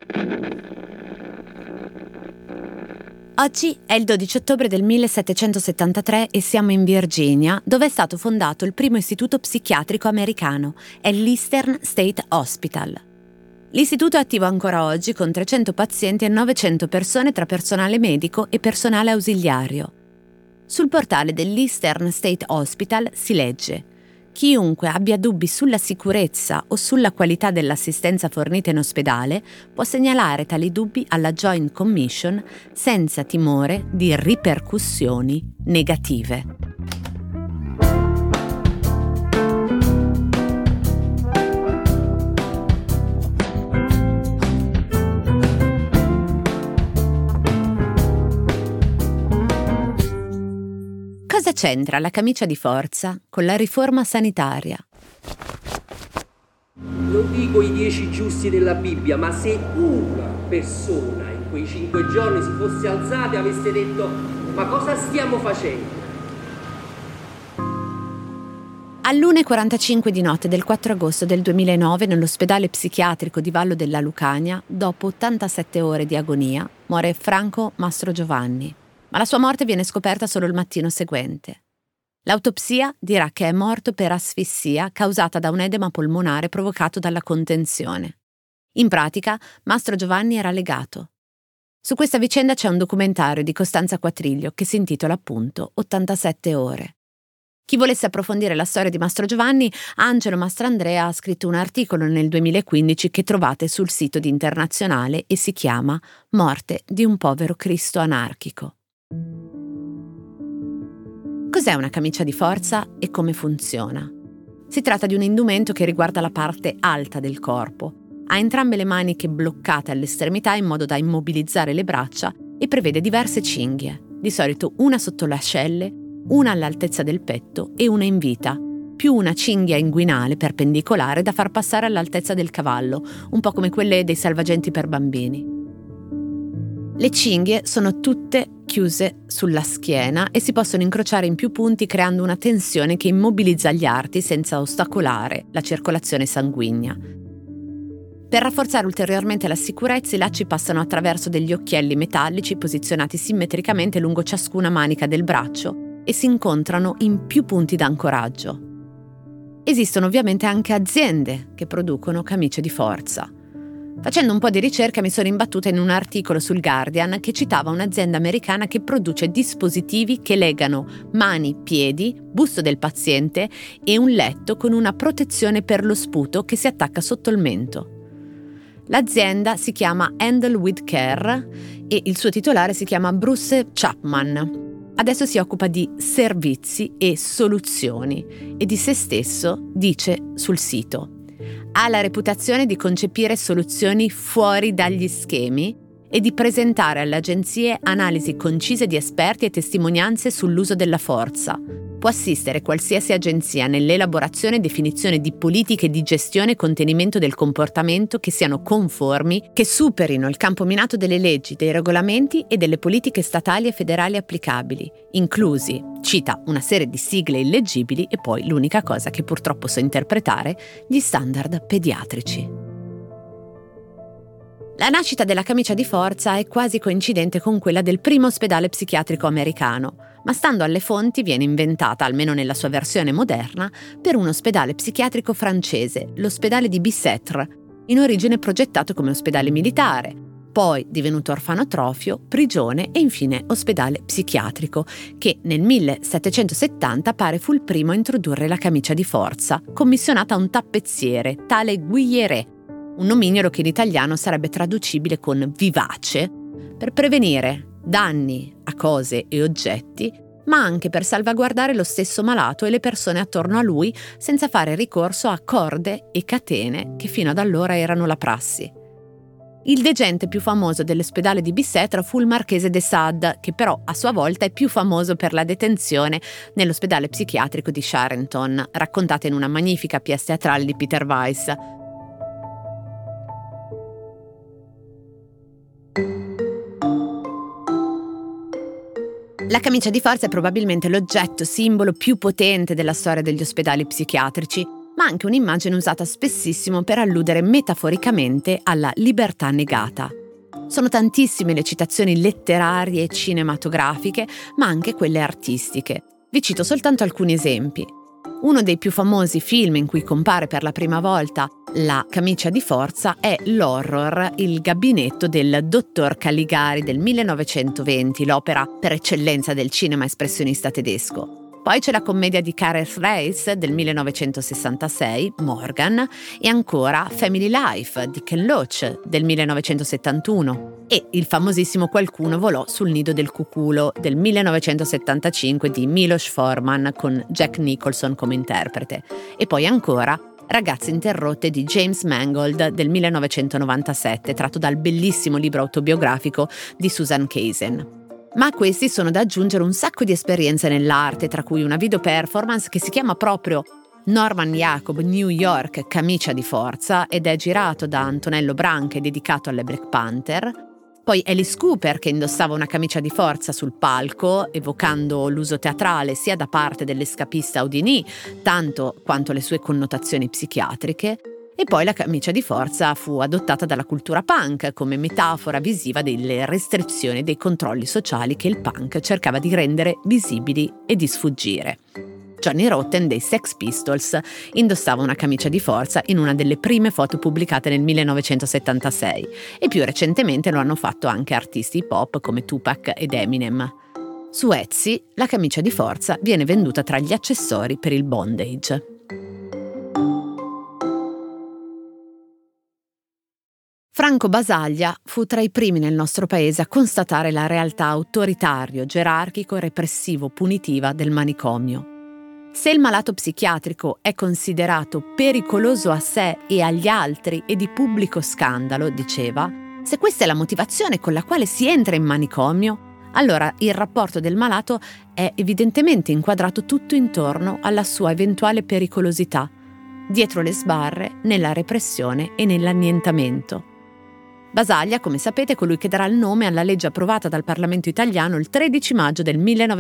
Oggi è il 12 ottobre del 1773 e siamo in Virginia, dove è stato fondato il primo istituto psichiatrico americano, è l'Eastern State Hospital. L'istituto è attivo ancora oggi con 300 pazienti e 900 persone tra personale medico e personale ausiliario. Sul portale dell'Eastern State Hospital si legge: chiunque abbia dubbi sulla sicurezza o sulla qualità dell'assistenza fornita in ospedale può segnalare tali dubbi alla Joint Commission senza timore di ripercussioni negative. Cosa c'entra la camicia di forza con la riforma sanitaria? Non dico i 10 giusti della Bibbia, ma se una persona in quei 5 giorni si fosse alzata e avesse detto: ma cosa stiamo facendo? All'1:45 di notte del 4 agosto del 2009, nell'ospedale psichiatrico di Vallo della Lucania, dopo 87 ore di agonia, muore Franco Mastrogiovanni. Ma la sua morte viene scoperta solo il mattino seguente. L'autopsia dirà che è morto per asfissia causata da un edema polmonare provocato dalla contenzione. In pratica, Mastrogiovanni era legato. Su questa vicenda c'è un documentario di Costanza Quatriglio che si intitola appunto 87 ore. Chi volesse approfondire la storia di Mastrogiovanni, Angelo Mastrandrea ha scritto un articolo nel 2015 che trovate sul sito di Internazionale e si chiama Morte di un povero Cristo anarchico. Cos'è una camicia di forza e come funziona? Si tratta di un indumento che riguarda la parte alta del corpo. Ha entrambe le maniche bloccate all'estremità in modo da immobilizzare le braccia e prevede diverse cinghie, di solito una sotto le ascelle, una all'altezza del petto e una in vita, più una cinghia inguinale perpendicolare da far passare all'altezza del cavallo, un po' come quelle dei salvagenti per bambini. Le cinghie sono tutte chiuse sulla schiena e si possono incrociare in più punti creando una tensione che immobilizza gli arti senza ostacolare la circolazione sanguigna. Per rafforzare ulteriormente la sicurezza, i lacci passano attraverso degli occhielli metallici posizionati simmetricamente lungo ciascuna manica del braccio e si incontrano in più punti d'ancoraggio. Esistono ovviamente anche aziende che producono camicie di forza. Facendo un po' di ricerca mi sono imbattuta in un articolo sul Guardian che citava un'azienda americana che produce dispositivi che legano mani, piedi, busto del paziente e un letto con una protezione per lo sputo che si attacca sotto il mento. L'azienda si chiama Handle with Care e il suo titolare si chiama Bruce Chapman. Adesso si occupa di servizi e soluzioni e di se stesso dice sul sito: ha la reputazione di concepire soluzioni fuori dagli schemi e di presentare alle agenzie analisi concise di esperti e testimonianze sull'uso della forza. Può assistere qualsiasi agenzia nell'elaborazione e definizione di politiche di gestione e contenimento del comportamento che siano conformi, che superino il campo minato delle leggi, dei regolamenti e delle politiche statali e federali applicabili, inclusi, cita una serie di sigle illeggibili e poi l'unica cosa che purtroppo so interpretare, gli standard pediatrici. La nascita della camicia di forza è quasi coincidente con quella del primo ospedale psichiatrico americano, ma stando alle fonti viene inventata, almeno nella sua versione moderna, per un ospedale psichiatrico francese, l'ospedale di Bicêtre, in origine progettato come ospedale militare, poi divenuto orfanotrofio, prigione e infine ospedale psichiatrico, che nel 1770 pare fu il primo a introdurre la camicia di forza, commissionata a un tappezziere, tale Guilleret, un nomignolo che in italiano sarebbe traducibile con vivace, per prevenire danni a cose e oggetti, ma anche per salvaguardare lo stesso malato e le persone attorno a lui senza fare ricorso a corde e catene che fino ad allora erano la prassi. Il degente più famoso dell'ospedale di Bicêtre fu il marchese de Sade, che però a sua volta è più famoso per la detenzione nell'ospedale psichiatrico di Charenton, raccontata in una magnifica pièce teatrale di Peter Weiss. La camicia di forza è probabilmente l'oggetto simbolo più potente della storia degli ospedali psichiatrici, ma ma anche un'immagine usata spessissimo per alludere metaforicamente alla libertà negata. Sono tantissime le citazioni letterarie e cinematografiche, ma anche quelle artistiche. Vi cito soltanto alcuni esempi. Uno dei più famosi film in cui compare per la prima volta la camicia di forza è l'horror Il gabinetto del dottor Caligari del 1920, l'opera per eccellenza del cinema espressionista tedesco. Poi c'è la commedia di Kareth Reisz del 1966, Morgan, e ancora Family Life di Ken Loach del 1971 e il famosissimo Qualcuno volò sul nido del cuculo del 1975 di Milos Forman con Jack Nicholson come interprete. E poi ancora Ragazze interrotte di James Mangold del 1997, tratto dal bellissimo libro autobiografico di Susan Kaysen. Ma a questi sono da aggiungere un sacco di esperienze nell'arte, tra cui una video performance che si chiama proprio Norman Jacob New York Camicia di forza ed è girato da Antonello Branca e dedicato alle Black Panther. Poi Alice Cooper che indossava una camicia di forza sul palco, evocando l'uso teatrale sia da parte dell'escapista Houdini, tanto quanto le sue connotazioni psichiatriche. E poi la camicia di forza fu adottata dalla cultura punk come metafora visiva delle restrizioni e dei controlli sociali che il punk cercava di rendere visibili e di sfuggire. Johnny Rotten dei Sex Pistols indossava una camicia di forza in una delle prime foto pubblicate nel 1976 e più recentemente lo hanno fatto anche artisti hip hop come Tupac ed Eminem. Su Etsy la camicia di forza viene venduta tra gli accessori per il bondage. Franco Basaglia fu tra i primi nel nostro paese a constatare la realtà autoritario, gerarchico, repressivo, punitiva del manicomio. Se il malato psichiatrico è considerato pericoloso a sé e agli altri e di pubblico scandalo, diceva, se questa è la motivazione con la quale si entra in manicomio, allora il rapporto del malato è evidentemente inquadrato tutto intorno alla sua eventuale pericolosità, dietro le sbarre, nella repressione e nell'annientamento. Basaglia, come sapete, è colui che darà il nome alla legge approvata dal Parlamento italiano il 13 maggio del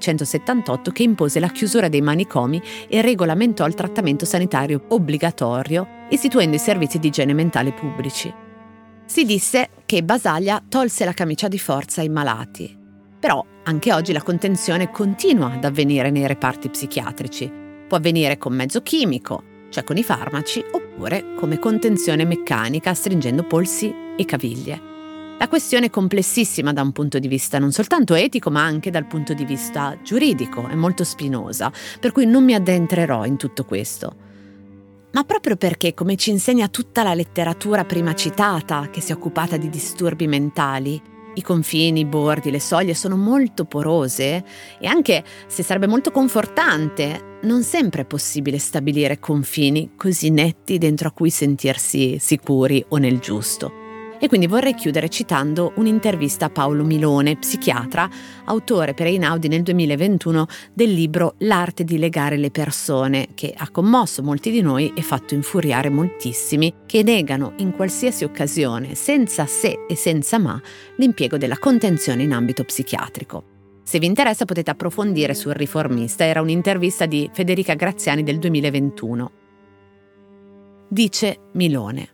1978 che impose la chiusura dei manicomi e regolamentò il trattamento sanitario obbligatorio, istituendo i servizi di igiene mentale pubblici. Si disse che Basaglia tolse la camicia di forza ai malati. Però anche oggi la contenzione continua ad avvenire nei reparti psichiatrici. Può avvenire con mezzo chimico, cioè con i farmaci, oppure come contenzione meccanica stringendo polsi e caviglie. La questione è complessissima da un punto di vista non soltanto etico ma anche dal punto di vista giuridico, è molto spinosa, per cui non mi addentrerò in tutto questo. Ma proprio perché, come ci insegna tutta la letteratura prima citata che si è occupata di disturbi mentali, i confini, i bordi, le soglie sono molto porose e anche se sarebbe molto confortante, non sempre è possibile stabilire confini così netti dentro a cui sentirsi sicuri o nel giusto. E quindi vorrei chiudere citando un'intervista a Paolo Milone, psichiatra, autore per Einaudi nel 2021 del libro L'arte di legare le persone, che ha commosso molti di noi e fatto infuriare moltissimi, che negano in qualsiasi occasione, senza se e senza ma, l'impiego della contenzione in ambito psichiatrico. Se vi interessa potete approfondire sul Riformista, era un'intervista di Federica Graziani del 2021. Dice Milone: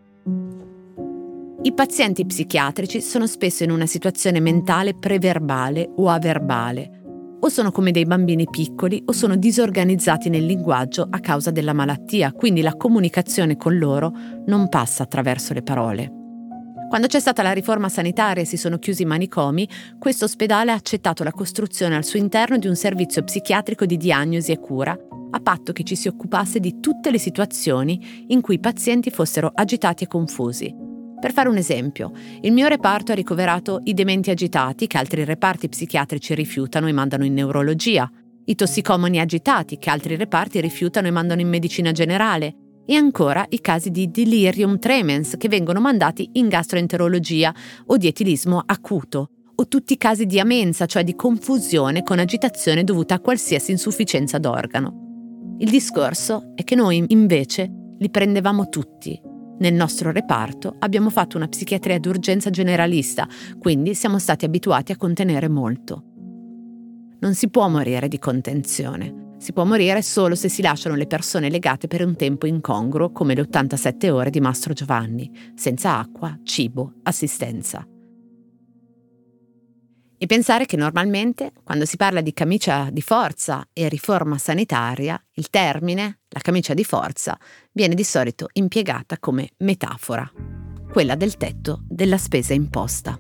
i pazienti psichiatrici sono spesso in una situazione mentale preverbale o averbale, o sono come dei bambini piccoli o sono disorganizzati nel linguaggio a causa della malattia, quindi la comunicazione con loro non passa attraverso le parole. Quando c'è stata la riforma sanitaria e si sono chiusi i manicomi, questo ospedale ha accettato la costruzione al suo interno di un servizio psichiatrico di diagnosi e cura, a patto che ci si occupasse di tutte le situazioni in cui i pazienti fossero agitati e confusi. Per fare un esempio, il mio reparto ha ricoverato i dementi agitati che altri reparti psichiatrici rifiutano e mandano in neurologia, i tossicomani agitati che altri reparti rifiutano e mandano in medicina generale, e ancora i casi di delirium tremens che vengono mandati in gastroenterologia o di etilismo acuto, o tutti i casi di amenza, cioè di confusione con agitazione dovuta a qualsiasi insufficienza d'organo. Il discorso è che noi invece li prendevamo tutti. Nel nostro reparto abbiamo fatto una psichiatria d'urgenza generalista, quindi siamo stati abituati a contenere molto. Non si può morire di contenzione. Si può morire solo se si lasciano le persone legate per un tempo incongruo, come le 87 ore di Mastro Giovanni, senza acqua, cibo, assistenza. E pensare che normalmente, quando si parla di camicia di forza e riforma sanitaria, il termine, la camicia di forza, viene di solito impiegata come metafora, quella del tetto della spesa imposta.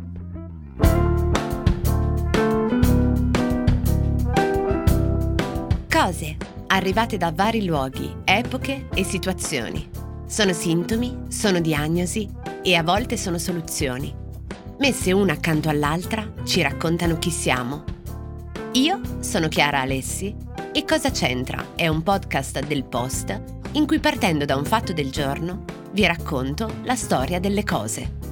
Cose arrivate da vari luoghi, epoche e situazioni. Sono sintomi, sono diagnosi e a volte sono soluzioni. Messe una accanto all'altra ci raccontano chi siamo. Io sono Chiara Alessi e Cosa c'entra è un podcast del Post in cui, partendo da un fatto del giorno, vi racconto la storia delle cose.